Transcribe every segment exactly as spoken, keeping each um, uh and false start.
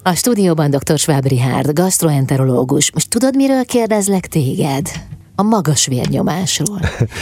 A stúdióban dr. Schwab Richárd, gasztroenterológus. Most tudod, miről kérdezlek téged? A magas vérnyomásról.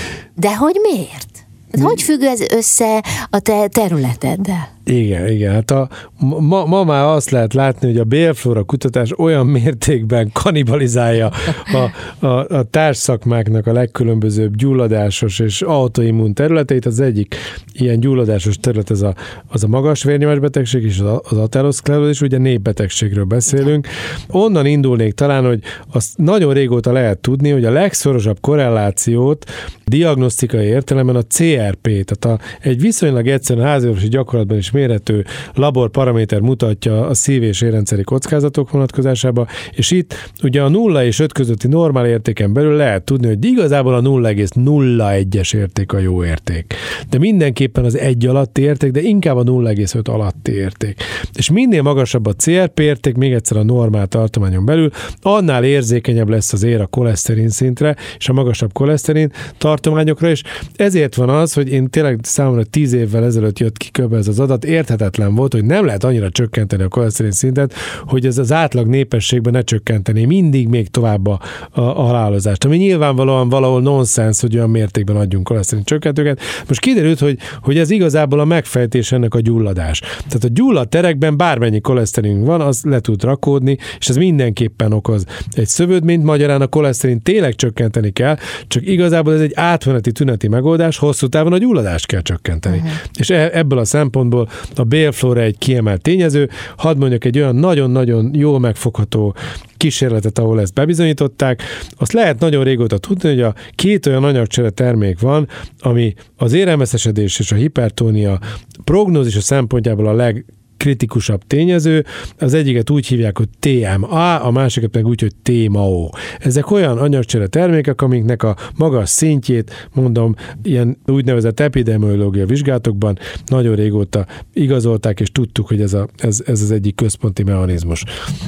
De hogy miért? Hogy függ ez össze a te területeddel? Igen, igen. Hát a, ma, ma már azt lehet látni, hogy a bélflóra kutatás olyan mértékben kannibalizálja a, a, a társszakmáknak a legkülönbözőbb gyulladásos és autoimmun területeit. Az egyik ilyen gyulladásos terület az a, az a magas vérnyomásbetegség és az, az ateroszklerózis, ugye népbetegségről beszélünk. Onnan indulnék talán, hogy azt nagyon régóta lehet tudni, hogy a legszorosabb korrelációt diagnosztikai értelemben a cé er pé, tehát a, egy viszonylag egyszerűen háziorvosi gyakorlatban is mérhető laborparaméter mutatja a szív- és érrendszeri kockázatok vonatkozásába, és itt ugye a nulla és öt közötti normál értéken belül lehet tudni, hogy igazából a nulla egész nulla egyes érték a jó érték. De mindenképpen az egy alatti érték, de inkább a nulla egész öt alatti érték. És minél magasabb a cé er pé érték, még egyszer a normál tartományon belül, annál érzékenyebb lesz az ér a koleszterin szintre, és a magasabb koleszterin tartományokra, és ezért van az, hogy én tényleg számomra tíz évvel ezelőtt jött ki kb. Ez az adat, érthetetlen volt, hogy nem lehet annyira csökkenteni a koleszterin szintet, hogy ez az átlag népességben ne csökkenteni mindig még tovább a, a, a halálozást. Ami nyilvánvalóan valahol nonsens, hogy olyan mértékben adjunk koleszterin csökkentőket. Most kiderült, hogy, hogy ez igazából a megfejtés ennek a gyulladás. Tehát a gyulladt terekben bármennyi koleszterin van, az le tud rakódni, és ez mindenképpen okoz egy szövődményt, magyarán a koleszterin tényleg csökkenteni kell, csak igazából ez egy átmeneti tüneti megoldás, hosszú távon a gyulladást kell csökkenteni. Uh-huh. És ebből a szempontból a bélflóra egy kiemelt tényező. Hadd mondjak egy olyan nagyon-nagyon jól megfogható kísérletet, ahol ezt bebizonyították. Azt lehet nagyon régóta tudni, hogy a két olyan anyagcsere termék van, ami az érelmeszesedés és a hipertónia prognózisa szempontjából a leg kritikusabb tényező. Az egyiket úgy hívják, hogy té em á, a másikat meg úgy, hogy té em á o. Ezek olyan anyagcsere termékek, amiknek a magas szintjét, mondom, ilyen úgynevezett epidemiológia vizsgálatokban nagyon régóta igazolták, és tudtuk, hogy ez, a, ez, ez az egyik központi mechanizmus.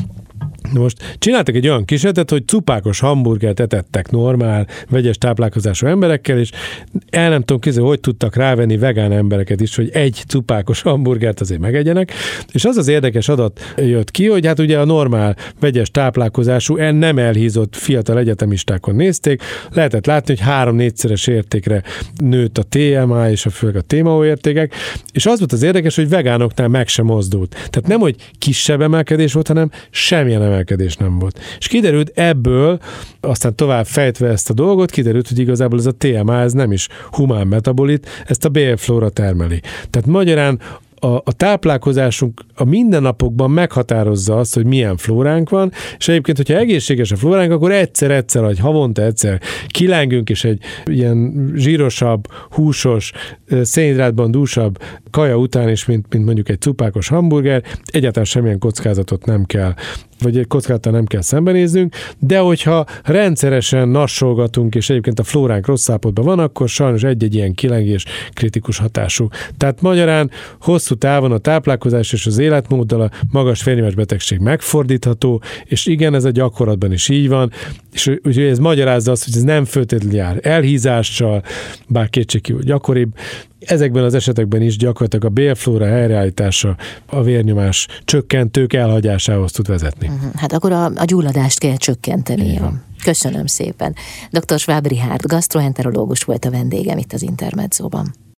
Most csináltak egy olyan kísérletet, hogy cupákos hamburgert etettek normál, vegyes táplálkozású emberekkel, és el nem tudom képzelni, hogy tudtak rávenni vegán embereket is, hogy egy cupákos hamburgert azért megegyenek, és az az érdekes adat jött ki, hogy hát ugye a normál vegyes táplálkozású, nem elhízott fiatal egyetemistákon nézték, lehetett látni, hogy három-négyszeres értékre nőtt a té em á és a főleg a té em á o értékek, és az volt az érdekes, hogy vegánoknál meg sem mozdult. Tehát nem, hogy kisebb emelkedés volt, hanem semmilyen emelkedés nem volt. És kiderült ebből, aztán tovább fejtve ezt a dolgot, kiderült, hogy igazából ez a té em á, ez nem is humán metabolit, ezt a bélflóra termeli. Tehát magyarán A, a táplálkozásunk a mindennapokban meghatározza azt, hogy milyen flóránk van, és egyébként, hogyha egészséges a flóránk, akkor egyszer-egyszer, vagy havonta egyszer kilengünk, és egy ilyen zsírosabb, húsos, szénhidrátban dúsabb kaja után is, mint, mint mondjuk egy cupákos hamburger, egyáltalán semmilyen kockázatot nem kell, vagy egy kockázattal nem kell szembenéznünk, de hogyha rendszeresen nassolgatunk, és egyébként a flóránk rossz állapotban van, akkor sajnos egy-egy ilyen kilengés kritikus hatású. Tehát magyarán hosszú távon a táplálkozás és az életmóddal a magas vérnyomásbetegség megfordítható, és igen, ez a gyakorlatban is így van, és úgyhogy ez magyarázza azt, hogy ez nem feltétlenül jár elhízással, bár kétségkívül gyakoribb. Ezekben az esetekben is gyakorlatilag a bélflóra helyreállítása a vérnyomás csökkentők elhagyásához tud vezetni. Hát akkor a, a gyulladást kell csökkenteni. Köszönöm szépen. doktor Schwab Richárd, gasztroenterológus volt a vendégem itt az Intermedzóban.